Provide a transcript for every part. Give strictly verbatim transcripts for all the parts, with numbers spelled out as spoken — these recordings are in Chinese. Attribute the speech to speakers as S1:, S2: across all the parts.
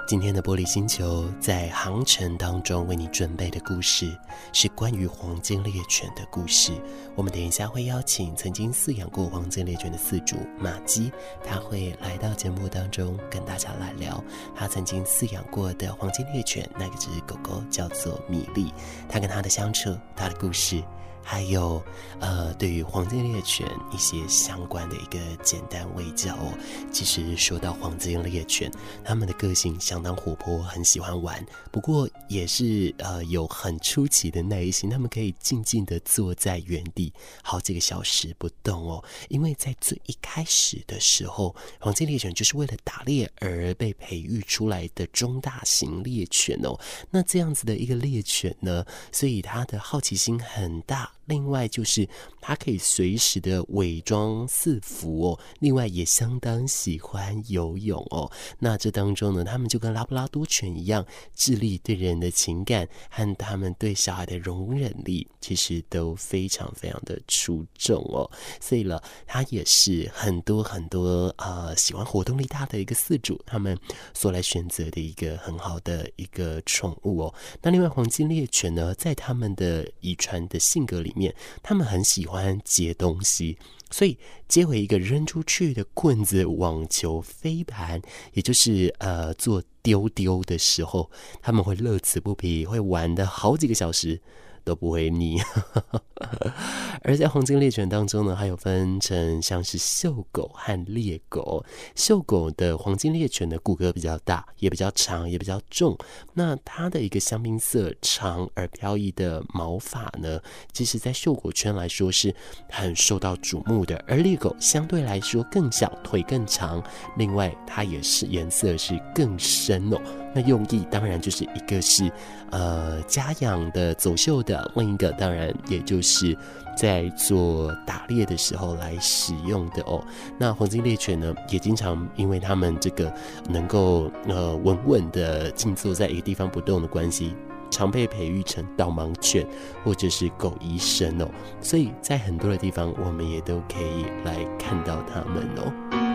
S1: 今天的玻璃星球在航程当中为你准备的故事是关于黄金猎犬的故事。我们等一下会邀请曾经饲养过黄金猎犬的饲主马基，他会来到节目当中跟大家来聊他曾经饲养过的黄金猎犬，那个只狗狗叫做米莉，他跟他的相处，他的故事，还有呃，对于黄金猎犬一些相关的一个简单卫教哦。其实说到黄金猎犬，他们的个性相当活泼，很喜欢玩，不过也是呃有很出奇的耐心，他们可以静静的坐在原地好几个小时不动哦。因为在最一开始的时候，黄金猎犬就是为了打猎而被培育出来的中大型猎犬哦。那这样子的一个猎犬呢，所以它的好奇心很大。另外就是它可以随时的伪装伺服哦，另外也相当喜欢游泳哦。那这当中呢，他们就跟拉布拉多犬一样，智力、对人的情感和他们对小孩的容忍力，其实都非常非常的出众哦。所以了，它也是很多很多呃喜欢活动力大的一个饲主他们所来选择的一个很好的一个宠物哦。那另外黄金猎犬呢，在他们的遗传的性格里面，他们很喜欢接东西，所以接回一个扔出去的棍子、网球、飞盘，也就是呃做丢丢的时候，他们会乐此不疲，会玩的好几个小时都不会腻。而在黄金猎犬当中呢，还有分成像是嗅狗和猎狗。嗅狗的黄金猎犬的骨骼比较大，也比较长，也比较重。那它的一个香槟色长而飘逸的毛发呢，其实在嗅狗圈来说是很受到瞩目的。而猎狗相对来说更小，腿更长，另外它也是颜色是更深哦。那用意当然就是一个是呃家养的走秀的，另一个当然也就是在做打猎的时候来使用的哦。那黄金猎犬呢，也经常因为他们这个能够呃稳稳的静坐在一个地方不动的关系，常被培育成导盲犬或者是狗医生哦。所以在很多的地方我们也都可以来看到他们哦。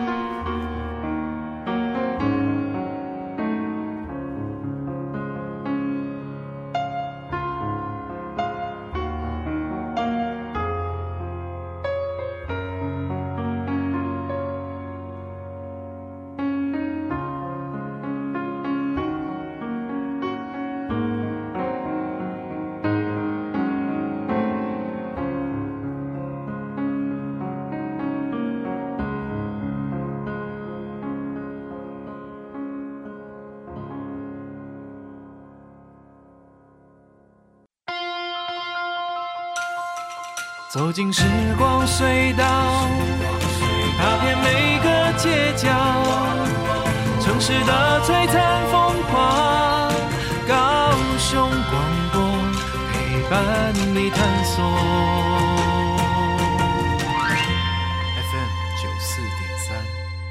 S2: 走进时光隧道，踏遍每个街角，城市的璀璨风华，高雄广播陪伴你探索 F M 九四点三。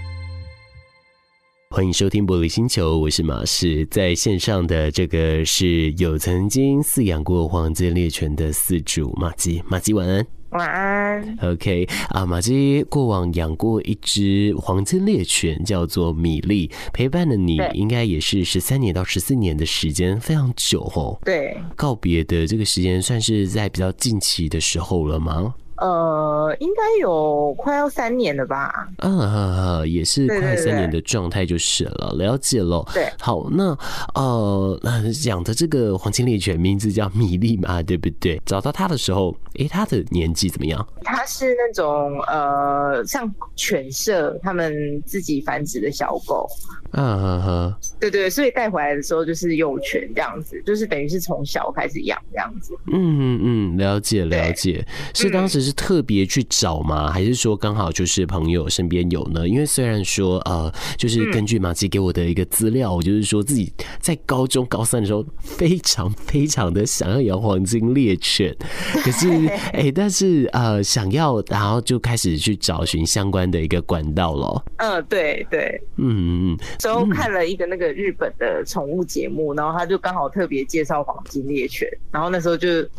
S1: 欢迎收听玻璃星球，我是马氏。在线上的这个是有曾经饲养过黄金猎犬的饲主马基，马基晚安。
S3: 晚安。
S1: OK 啊，马基过往养过一只黄金猎犬叫做米莉，陪伴了你应该也是十三年到十四年的时间，非常久哦。
S3: 对，
S1: 告别的这个时间算是在比较近期的时候了吗？
S3: 呃，应该有快要三年了吧？
S1: 啊啊啊，也是快三年的状态就是了，了解了。
S3: 对，
S1: 好，那呃，养的这个黄金猎犬名字叫米莉嘛，对不对？找到它的时候，诶，它的年纪怎么样？
S3: 它是那种呃，像犬舍他们自己繁殖的小狗。
S1: 啊哈哈，
S3: 对对，所以带回来的时候就是幼犬这样子，就是等于是从小开始养这样子。
S1: 嗯嗯，了解了解。是当时是特别去找吗？嗯、还是说刚好就是朋友身边有呢？因为虽然说呃，就是根据马基给我的一个资料，我、嗯、就是说自己在高中高三的时候非常非常的想要养黄金猎犬，可是哎、欸，但是呃想要，然后就开始去找寻相关的一个管道了。
S3: 嗯，对对，
S1: 嗯嗯。
S3: 之后看了一个那个日本的宠物节目，然后他就刚好特别介绍黄金猎犬，然后那时候就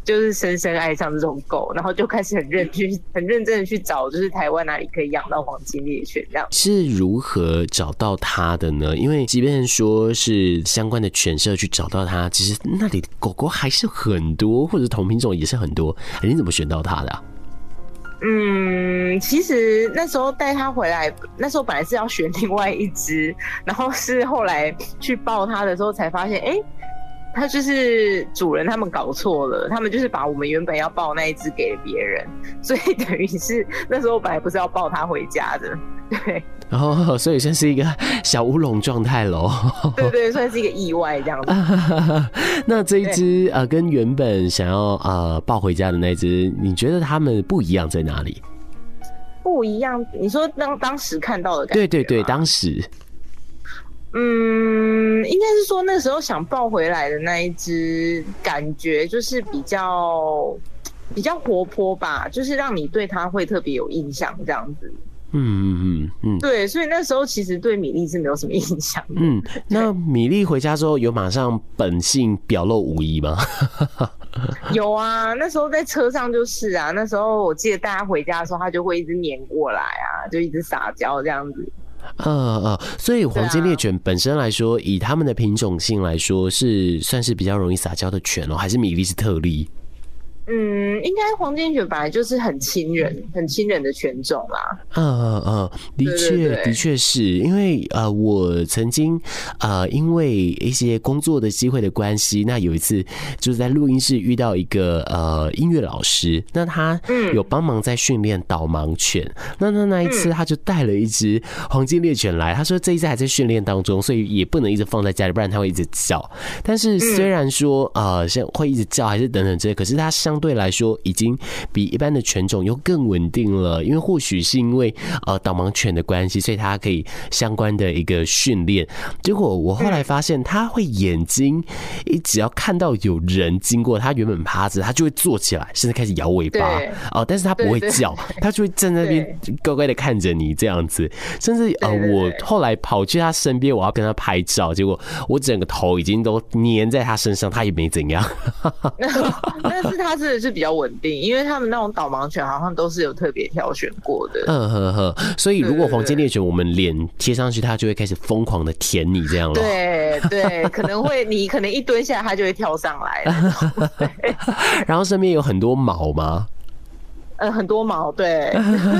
S3: 就是深深爱上这种狗，然后就开始很认去很认真的去找，就是台湾哪里可以养到黄金猎犬这样。
S1: 是如何找到它的呢？因为即便说是相关的犬舍去找到它，其实那里的狗狗还是很多，或者同品种也是很多。你怎么选到它的啊？
S3: 嗯，其实那时候带它回来，那时候本来是要选另外一只，然后是后来去抱它的时候才发现，哎、欸，它就是主人他们搞错了，他们就是把我们原本要抱那一只给了别人，所以等于是那时候本来不是要抱它回家的，对。
S1: 然后，所以算是一个小乌龙状态咯。
S3: 对对，算是一个意外这样子。
S1: 那这一只呃，跟原本想要呃抱回家的那只，你觉得它们不一样在哪里？
S3: 不一样？你说当当时看到的感觉？
S1: 对对对，当时。
S3: 嗯，应该是说那时候想抱回来的那一只，感觉就是比较比较活泼吧，就是让你对它会特别有印象这样子。嗯嗯嗯嗯，对，所以那时候其实对米粒是没有什么印象的。
S1: 嗯，那米粒回家之后有马上本性表露无遗吗？
S3: 有啊，那时候在车上就是啊，那时候我记得大家回家的时候，他就会一直黏过来啊，就一直撒娇这样子。
S1: 呃呃，所以黄金猎犬本身来说，以他们的品种性来说，是算是比较容易撒娇的犬哦，还是米粒是特例？
S3: 嗯，应该黄金犬本来就是很亲人、很亲人的犬种啦。
S1: 嗯嗯嗯，的确，的确是因为呃，我曾经呃，因为一些工作的机会的关系，那有一次就是在录音室遇到一个呃音乐老师，那他有帮忙在训练导盲犬。嗯、那那那一次他就带了一只黄金猎犬来，他说这一只还在训练当中，所以也不能一直放在家里，不然它会一直叫。但是虽然说呃，像会一直叫还是等等这些，可是它相相对来说已经比一般的犬种又更稳定了，因为或许是因为呃导盲犬的关系，所以它可以相关的一个训练。结果我后来发现，它会眼睛只要看到有人经过，它原本趴着，它就会坐起来，甚至开始摇尾巴哦、呃，但是它不会叫，它就会站在那边乖乖的看着你这样子。甚至呃，我后来跑去它身边，我要跟它拍照，结果我整个头已经都黏在它身上，它也没怎样。
S3: 但是它是。真的是比较稳定，因为他们那种导盲犬好像都是有特别挑选过的。
S1: 嗯呵呵，所以如果黄金猎犬我们脸贴上去，它就会开始疯狂的舔你这样咯。
S3: 对对，可能会你可能一蹲下，它就会跳上来。
S1: 然后身边有很多毛吗？
S3: 呃，很多毛，对。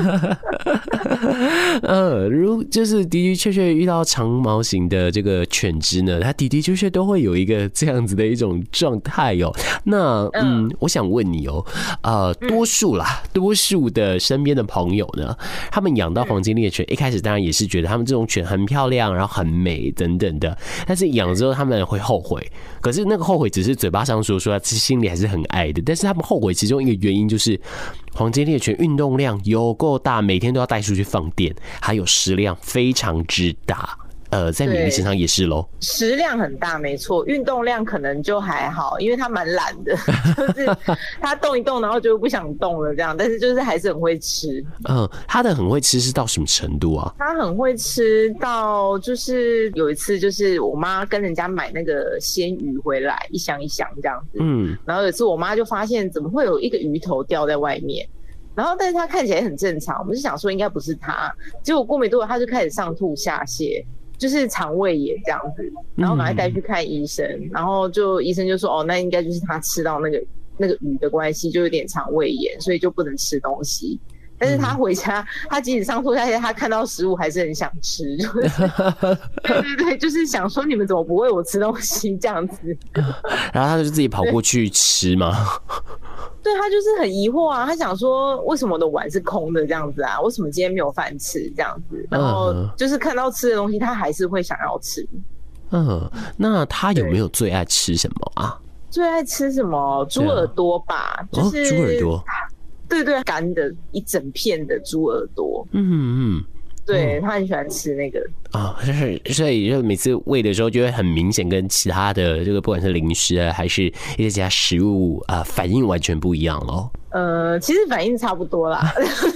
S1: 呃，如就是的的确确遇到长毛型的这个犬只呢，它的的确确都会有一个这样子的一种状态哦。那嗯，嗯我想问你哦，呃，多数啦，多数的身边的朋友呢，他们养到黄金猎犬，一开始当然也是觉得他们这种犬很漂亮，然后很美等等的，但是养之后他们会后悔。可是那个后悔只是嘴巴上说说，其实心里还是很爱的。但是他们后悔其中一个原因就是黄金猎犬运动量有够大，每天都要带出去放电，还有食量非常之大。呃，在米粒身上也是咯，
S3: 食量很大，没错。运动量可能就还好，因为他蛮懒的，就是他动一动，然后就不想动了这样。但是就是还是很会吃。嗯，
S1: 他的很会吃是到什么程度啊？
S3: 他很会吃到，就是有一次，就是我妈跟人家买那个鲜鱼回来，一箱一箱这样子。嗯，然后有一次我妈就发现怎么会有一个鱼头掉在外面。然后，但是他看起来很正常，我们就想说应该不是他。结果过没多久，他就开始上吐下泻，就是肠胃炎这样子。然后赶快带去看医生，嗯、然后就医生就说：“哦，那应该就是他吃到那个那个鱼的关系，就有点肠胃炎，所以就不能吃东西。”但是他回家，他即使上吐下泻，他看到食物还是很想吃。就是、对对对，就是想说你们怎么不喂我吃东西这样子。
S1: 然后他就自己跑过去吃吗？
S3: 对，他就是很疑惑啊，他想说为什么我的碗是空的这样子啊？为什么今天没有饭吃这样子？然后就是看到吃的东西，他还是会想要吃。嗯，
S1: 那他有没有最爱吃什么啊？
S3: 最爱吃什么？猪耳朵吧，就是
S1: 猪耳朵。
S3: 对对，干的一整片的猪耳朵。嗯嗯。对，他很喜欢吃那个
S1: 啊，就是所以就每次喂的时候就会很明显，跟其他的这个不管是零食啊，还是一些其他食物啊、呃，反应完全不一样咯。
S3: 呃，其实反应差不多啦，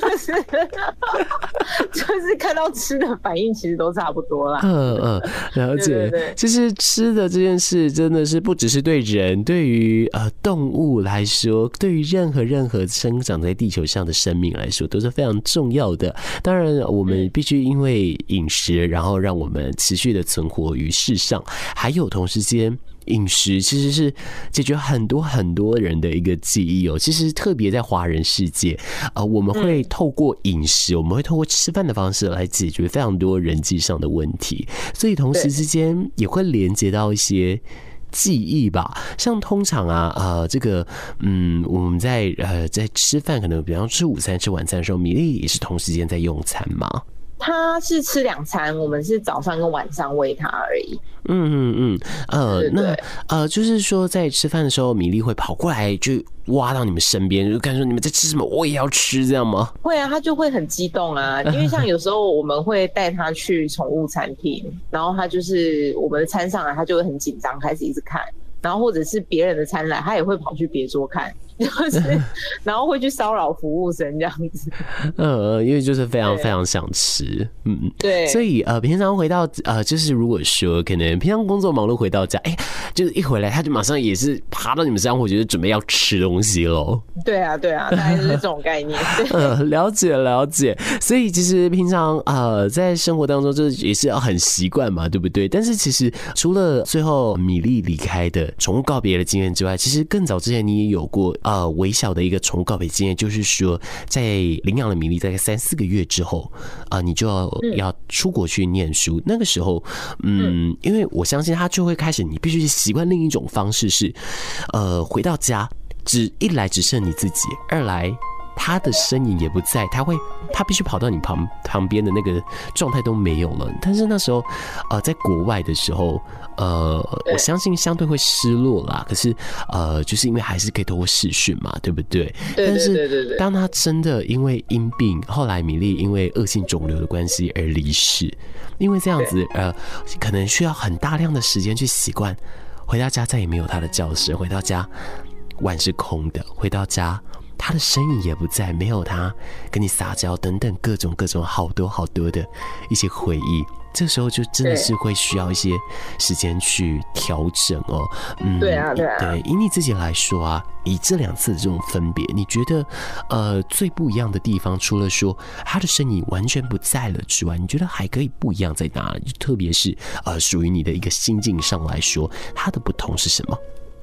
S3: 就是看到吃的反应其实都差不多啦。
S1: 嗯嗯，了解。对对对，其实吃的这件事真的是不只是对人，对于呃动物来说，对于任何任何生长在地球上的生命来说，都是非常重要的。当然，我们必须因为饮食，然后让我们持续的存活于世上，还有同时间。饮食其实是解决很多很多人的一个记忆哦。其实特别在华人世界，呃，我们会透过饮食，我们会透过吃饭的方式来解决非常多人际上的问题，所以同时之间也会连接到一些记忆吧。像通常啊，呃，这个，嗯，我们在呃在吃饭，可能比方吃午餐、吃晚餐的时候，米粒也是同时间在用餐嘛。
S3: 他是吃两餐，我们是早上跟晚上喂他而已。
S1: 嗯嗯嗯，呃，对对对，那呃，就是说在吃饭的时候，米粒会跑过来就挖到你们身边，就看说你们在吃什么，我也要吃，这样吗？会
S3: 啊，他就会很激动啊，因为像有时候我们会带他去宠物餐厅，然后他就是我们的餐上来，他就会很紧张，开始一直看。然后或者是别人的餐来，他也会跑去别桌看，就是然后会去骚扰服务生这样子。
S1: 呃，因为就是非常非常想吃，嗯，
S3: 对。
S1: 所以呃，平常回到呃，就是如果说可能平常工作忙碌回到家，哎、欸，就是一回来他就马上也是爬到你们身上，我觉得准备要吃东西喽。
S3: 对啊，对啊，大概就是这种概念。
S1: 呃，了解了解。所以其实平常呃在生活当中，这也是要很习惯嘛，对不对？但是其实除了最后米粒离开的宠物告别的经验之外，其实更早之前你也有过呃微小的一个宠物告别经验，就是说在领养了米粒大概三四个月之后，啊、呃，你就要要出国去念书。那个时候，嗯，因为我相信他就会开始，你必须习惯另一种方式是，呃，回到家只一来只剩你自己，二来。他的身影也不在，他会，他必须跑到你旁旁边的那个状态都没有了。但是那时候，呃，在国外的时候，呃，我相信相对会失落啦。可是，呃，就是因为还是可以透过视讯嘛，对不对？
S3: 对对对对
S1: 对。但是当他真的因为因病，后来米粒因为恶性肿瘤的关系而离世，因为这样子，呃，可能需要很大量的时间去习惯。回到家再也没有他的叫声，回到家碗是空的，回到家。他的身影也不在，没有他跟你撒娇等等各种各种好多好多的一些回忆，这时候就真的是会需要一些时间去调整哦。
S3: 嗯，对啊，对啊，
S1: 对。以你自己来说啊，以这两次的这种分别，你觉得呃最不一样的地方，除了说他的身影完全不在了之外，你觉得还可以不一样在哪里？特别是呃属于你的一个心境上来说，它的不同是什么？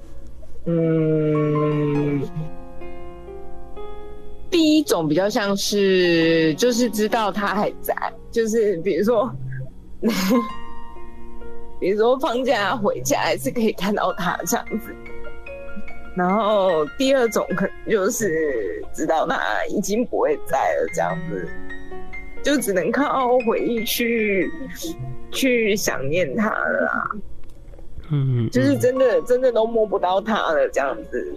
S3: 嗯。第一种比较像是，就是知道他还在，就是比如说，比如说放假回家还是可以看到他这样子。然后第二种可能就是知道他已经不会在了这样子，就只能靠回忆去去想念他了啦。嗯，就是真的真的都摸不到他了这样子。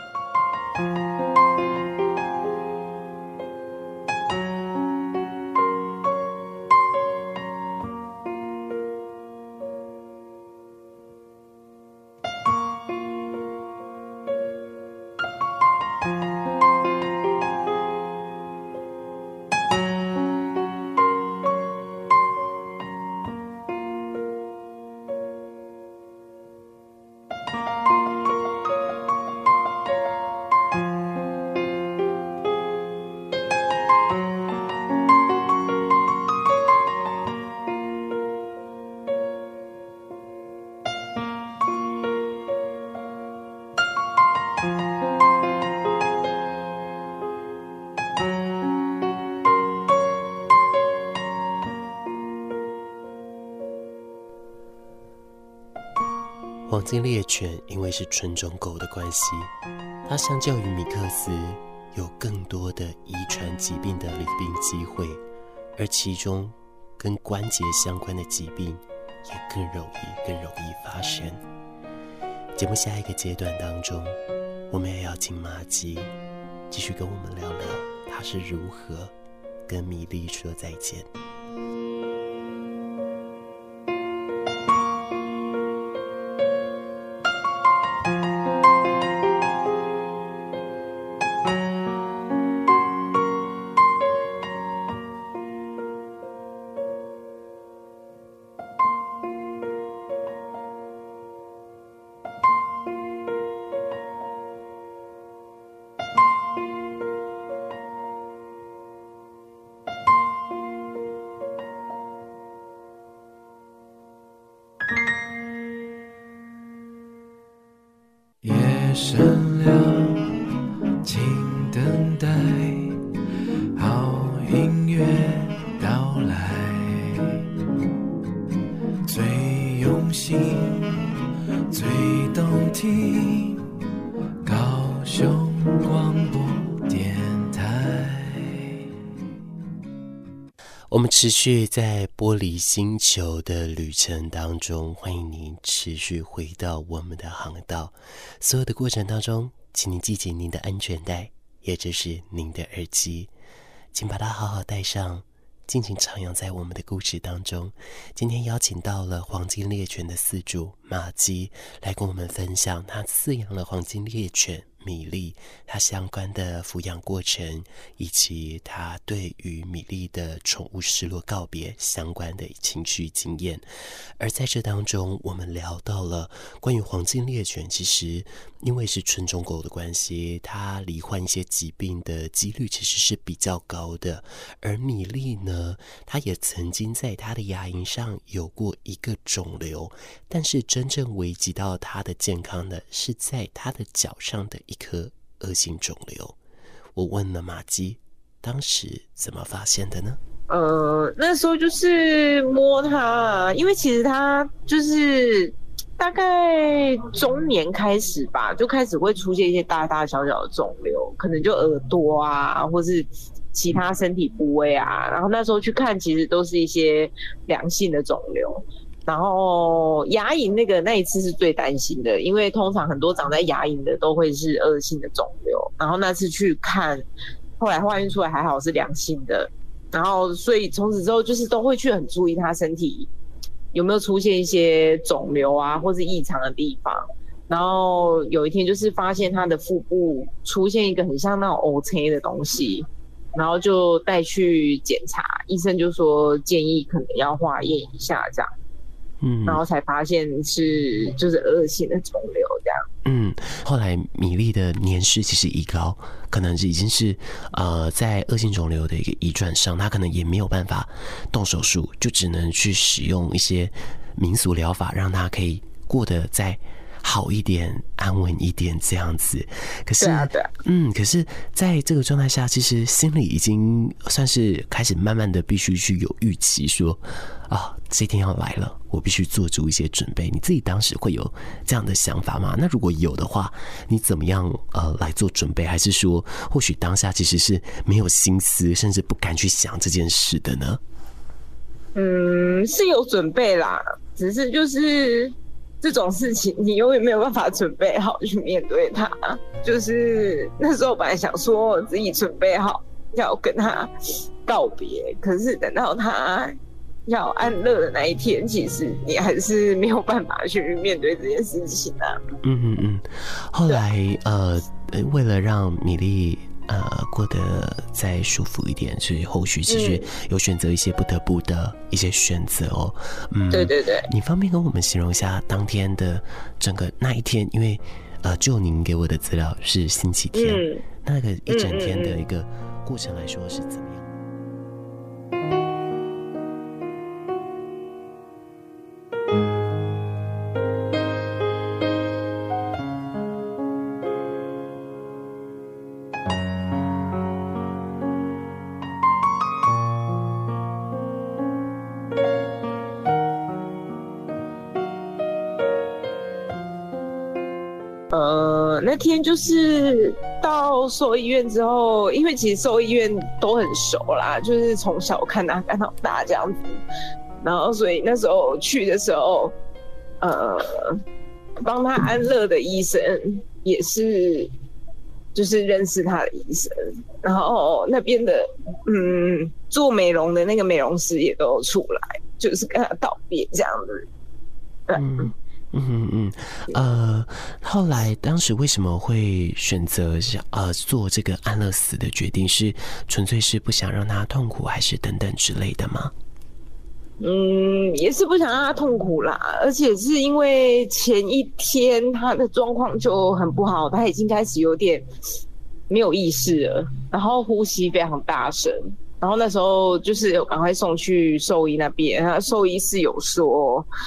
S1: 黄金猎犬因为是纯种狗的关系，它相较于米克斯有更多的遗传疾病的领病机会，而其中跟关节相关的疾病也更容易更容易发生。节目下一个阶段当中，我们也要请马吉继续跟我们聊聊他是如何跟米粒说再见。
S2: 深了，请等待好音乐到来，最用心最动听，高雄广播电台。
S1: 我们持续在玻璃星球的旅程当中，欢迎您持续回到我们的航道。所有的过程当中，请您系紧您的安全带，也就是您的耳机，请把它好好戴上，尽情徜徉在我们的故事当中。今天邀请到了黄金猎犬的饲主马基来跟我们分享他饲养了黄金猎犬米粒，他相关的抚养过程，以及他对于米粒的宠物失落告别相关的情绪经验。而在这当中，我们聊到了关于黄金猎犬，其实因为是纯种狗的关系，它罹患一些疾病的几率其实是比较高的。而米粒呢，它也曾经在它的牙龈上有过一个肿瘤，但是真正危及到它的健康的是在它的脚上的一颗恶性肿瘤。我问了马基，当时怎么发现的呢？
S3: 呃，那时候就是摸它，因为其实它就是大概中年开始吧，就开始会出现一些大大小小的肿瘤，可能就耳朵啊，或是其他身体部位啊。然后那时候去看，其实都是一些良性的肿瘤。然后牙龈那个那一次是最担心的，因为通常很多长在牙龈的都会是恶性的肿瘤。然后那次去看，后来化验出来还好是良性的。然后所以从此之后就是都会去很注意他身体有没有出现一些肿瘤啊或是异常的地方。然后有一天就是发现他的腹部出现一个很像那种 O C 的东西，然后就带去检查，医生就说建议可能要化验一下这样。嗯，然后才发现是就是恶性的肿瘤这样。
S1: 嗯，后来米粒的年事其实已高，可能已经是呃在恶性肿瘤的一个移转上，他可能也没有办法动手术，就只能去使用一些民俗疗法，让他可以过得再好一点、安稳一点这样子。可是，
S3: 对啊对啊
S1: 嗯，可是在这个状态下，其实心里已经算是开始慢慢的必须去有预期说，啊，这天要来了，我必须做出一些准备。你自己当时会有这样的想法吗？那如果有的话，你怎么样呃来做准备？还是说，或许当下其实是没有心思，甚至不敢去想这件事的呢？
S3: 嗯，是有准备啦，只是就是这种事情，你永远没有办法准备好去面对它。就是那时候本来想说自己准备好要跟他告别，可是等到他要安乐的那一天，其实你还是没有办法去面对这件事情啊。嗯
S1: 嗯嗯。后来呃，为了让米粒呃过得再舒服一点，所以后续其实有选择一些不得不的一些选择哦。嗯，
S3: 对对对。
S1: 你方便跟我们形容一下当天的整个那一天？因为呃，就您给我的资料是星期天，嗯、那个一整天的一个过程来说是怎么样？
S3: 呃，那天就是到兽医院之后，因为其实兽医院都很熟啦，就是从小看他看到大这样子，然后所以那时候去的时候，呃，帮他安乐的医生也是就是认识他的医生，然后那边的嗯做美容的那个美容师也都有出来，就是跟他道别这样子，对。嗯
S1: 嗯嗯呃，后来当时为什么会选择呃做这个安乐死的决定？是纯粹是不想让他痛苦，还是等等之类的吗？
S3: 嗯，也是不想让他痛苦啦，而且是因为前一天他的状况就很不好，他已经开始有点没有意识了，然后呼吸非常大声，然后那时候就是赶快送去兽医那边，兽医是有说。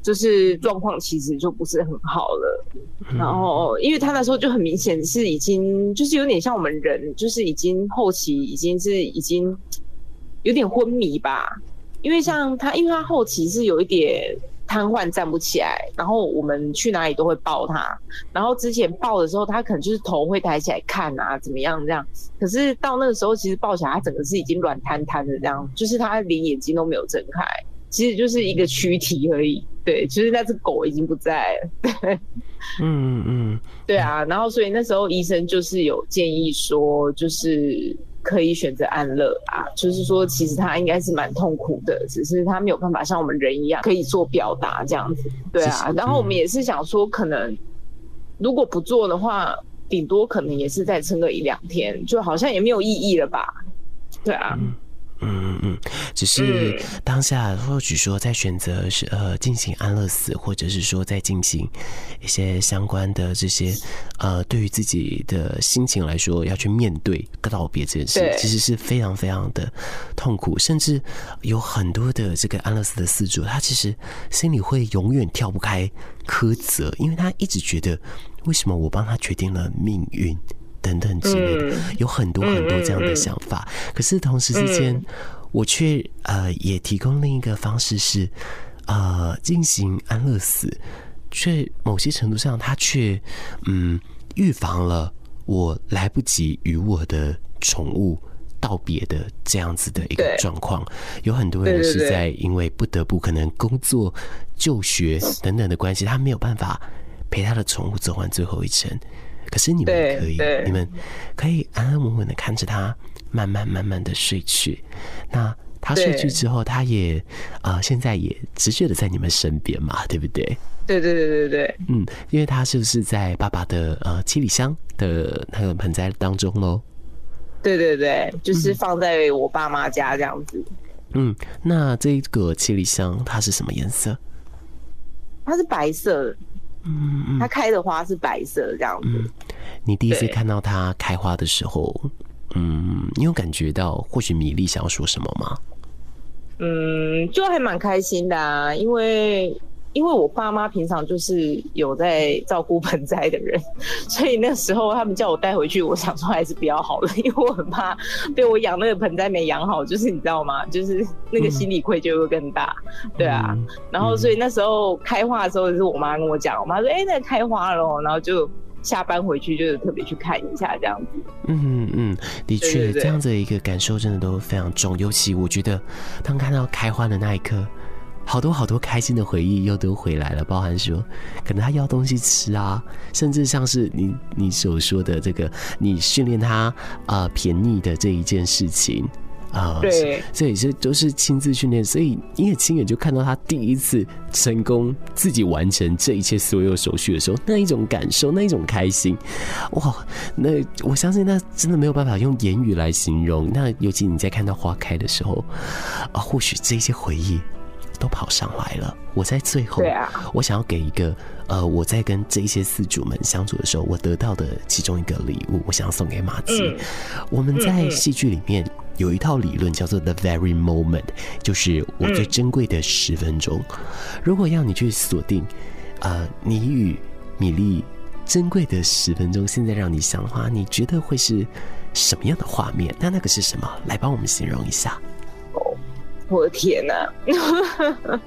S3: 就是状况其实就不是很好了。然后因为他那时候就很明显是已经就是有点像我们人，就是已经后期已经是已经有点昏迷吧。因为像他，因为他后期是有一点瘫痪站不起来，然后我们去哪里都会抱他，然后之前抱的时候他可能就是头会抬起来看啊怎么样这样，可是到那个时候其实抱起来他整个是已经软瘫瘫的这样，就是他连眼睛都没有睁开，其实就是一个躯体而已。对，就是那只狗已经不在了。对，嗯嗯，对啊，然后所以那时候医生就是有建议说，就是可以选择安乐啊，就是说其实他应该是蛮痛苦的，只是他没有办法像我们人一样可以做表达这样子。对啊，然后我们也是想说，可能如果不做的话，顶多可能也是再撑个一两天，就好像也没有意义了吧？对啊。嗯
S1: 嗯嗯，只是当下或许说在选择是呃进行安乐死，或者是说在进行一些相关的这些呃对于自己的心情来说要去面对道别这件事，其实是非常非常的痛苦，甚至有很多的这个安乐死的饲主，他其实心里会永远跳不开苛责，因为他一直觉得为什么我帮他决定了命运。等等之类的，有很多很多这样的想法。可是同时之间，我却呃也提供另一个方式是，呃进行安乐死，却某些程度上，它却嗯预防了我来不及与我的宠物道别的这样子的一个状况。有很多人是在因为不得不可能工作、就学等等的关系，他没有办法陪他的宠物走完最后一程。可是你们可以，你们可以安安稳稳的看着他慢慢慢慢的睡去。那他睡去之后，他也呃现在也持续的在你们身边嘛，对不对？
S3: 对对对对对。
S1: 嗯，因为他是不是在爸爸的呃七里香的那个盆栽当中咯？
S3: 对对对，就是放在我爸妈家这样子。
S1: 嗯，那这个七里香它是什么颜色？
S3: 它是白色的。嗯嗯，它开的花是白色的这样子。嗯，
S1: 你第一次看到它开花的时候，嗯，你有感觉到或许米粒想要说什么吗？
S3: 嗯，就还蛮开心的啊，因为因为我爸妈平常就是有在照顾盆栽的人，所以那时候他们叫我带回去，我想说还是不要好了，因为我很怕被我养那个盆栽没养好，就是你知道吗？就是那个心理愧疚会更大，嗯、对啊。然后所以那时候开花的时候，是我妈跟我讲，我妈说：“哎、欸，那个开花了。”然后就下班回去就是特别去看一下这样子。
S1: 嗯嗯，的确，这样子的一个感受真的都非常重，尤其我觉得当看到开花的那一刻。好多好多开心的回忆又都回来了，包含说可能他要东西吃啊，甚至像是你你所说的这个你训练他呃便宜的这一件事情啊，对，这也是都是亲自训练，所以你也亲眼就看到他第一次成功自己完成这一切所有手续的时候，那一种感受，那一种开心，哇！那我相信那真的没有办法用言语来形容。那尤其你在看到花开的时候啊，或许这些回忆都跑上来了。我在最后，啊、我想要给一个呃，我在跟这些饲主们相处的时候，我得到的其中一个礼物，我想要送给马吉。嗯、我们在戏剧里面有一套理论叫做 The Very Moment， 就是我最珍贵的十分钟。嗯、如果要你去锁定，呃，你与米粒珍贵的十分钟，现在让你想的话，你觉得会是什么样的画面？那那个是什么？来帮我们形容一下。
S3: 我的天哪、啊！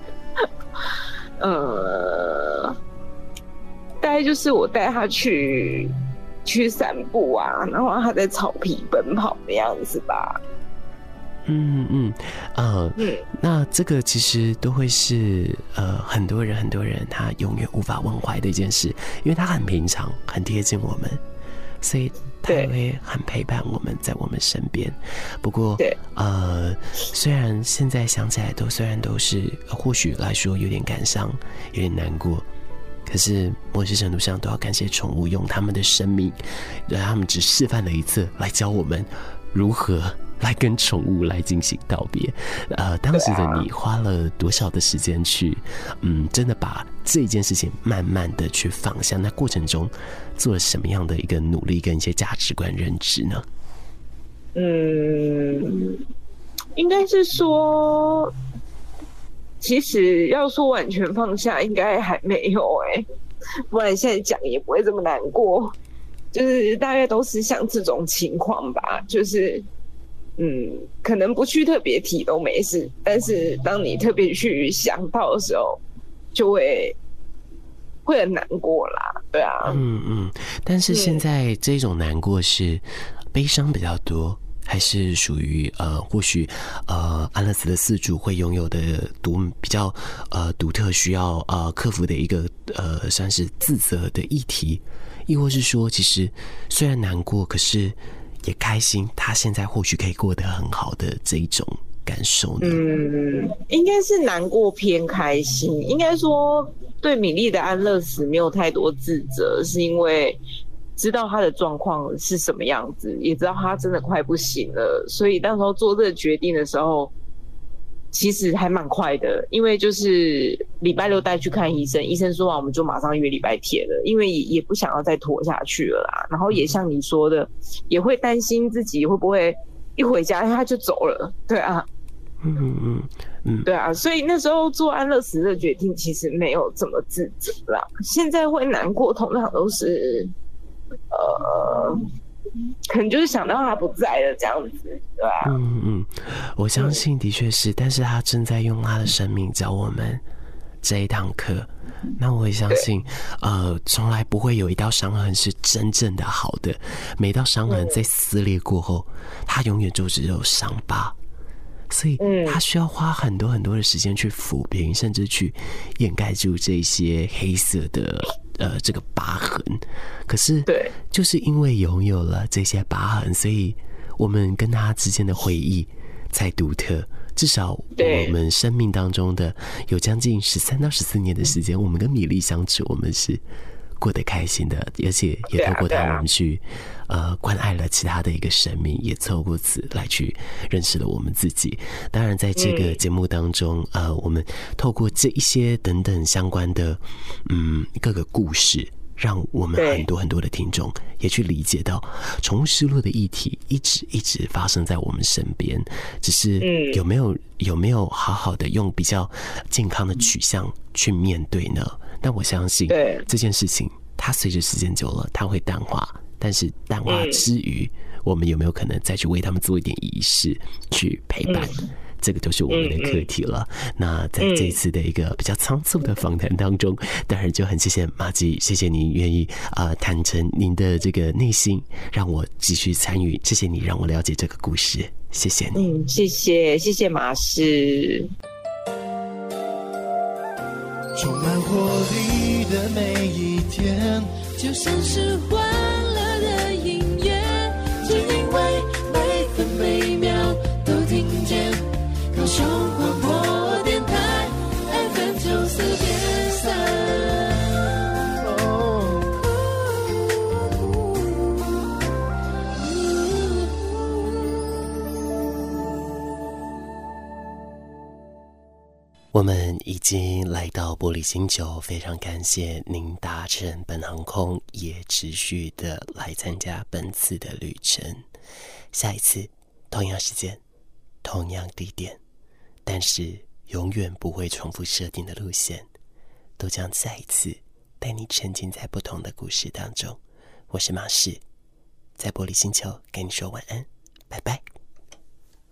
S3: 呃，大概就是我带他去去散步啊，然后他在草皮奔跑的样子吧。
S1: 嗯嗯呃嗯，那这个其实都会是呃很多人很多人他永远无法忘怀的一件事，因为他很平常，很贴近我们，所以他会很陪伴我们在我们身边。不过呃虽然现在想起来都虽然都是或许来说有点感伤有点难过，可是某些程度上都要感谢宠物用他们的生命，让他们只示范了一次来教我们如何来跟宠物来进行道别。呃，当时的你花了多少的时间去，嗯，真的把这件事情慢慢的去放下？那过程中做了什么样的一个努力跟一些价值观认知呢？
S3: 嗯，应该是说， 其实要说完全放下，应该还没有哎、欸，不然现在讲也不会这么难过。就是大概都是像这种情况吧，就是嗯，可能不去特别提都没事，但是当你特别去想到的时候，就会会很难过啦，对啊，
S1: 嗯嗯。但是现在这种难过是悲伤比较多，还是属于呃，或许呃，安乐死的饲主会拥有的独比较呃独特需要呃克服的一个呃算是自责的议题，亦或是说，其实虽然难过，可是也开心，他现在或许可以过得很好的这一种感受呢？
S3: 嗯，应该是难过偏开心，应该说对米粒的安乐死没有太多自责，是因为知道他的状况是什么样子，也知道他真的快不行了，所以那时候做这个决定的时候，其实还蛮快的，因为就是礼拜六带去看医生，医生说完我们就马上约礼拜天了，因为也也不想要再拖下去了啦。然后也像你说的，也会担心自己会不会一回家他就走了，对啊，
S1: 嗯嗯嗯，
S3: 对啊，所以那时候做安乐死的决定其实没有这么自责啦。现在会难过，通常都是呃。可能就是想到他不在了这样子，对吧、啊？
S1: 嗯嗯，我相信的确是，但是他正在用他的生命教我们这一堂课。那我也相信，呃，从来不会有一道伤痕是真正的好的，每道伤痕在撕裂过后，它永远就只有伤疤。所以他需要花很多很多的时间去抚平，甚至去掩盖住这些黑色的呃这个疤痕。可是，对，就是因为拥有了这些疤痕，所以我们跟他之间的回忆才独特。至少我们生命当中的有将近十三到十四年的时间，我们跟米粒相处，我们是过得开心的，而且也透过他我们去呃关爱了其他的一个生命，也透过此来去认识了我们自己。当然在这个节目当中、嗯、呃我们透过这一些等等相关的嗯各个故事，让我们很多很多的听众也去理解到宠物失落的议题一直一直发生在我们身边，只是有没有有没有好好的用比较健康的取向去面对呢？但我相信这件事情它随着时间久了它会淡化，但是淡化之余、嗯、我们有没有可能再去为他们做一点仪式去陪伴、嗯，这个就是我们的课题了、嗯嗯、那在这一次的一个比较仓促的访谈当中、嗯、当然就很谢谢马吉，谢谢您愿意呃坦诚您的这个内心让我继续参与，谢谢你让我了解这个故事，谢谢你。
S3: 嗯，谢谢谢谢马氏。
S2: 充满活力的每一天，
S4: 就像是欢乐的音乐，只因为每分每秒都听见高雄广播电台 F M 九四点三。
S1: 我们已经来到玻璃星球，非常感谢您搭乘本航空，也持续的来参加本次的旅程。下一次同样时间同样地点，但是永远不会重复设定的路线，都将再一次带你沉浸在不同的故事当中。我是马氏，在玻璃星球跟你说晚安，拜拜。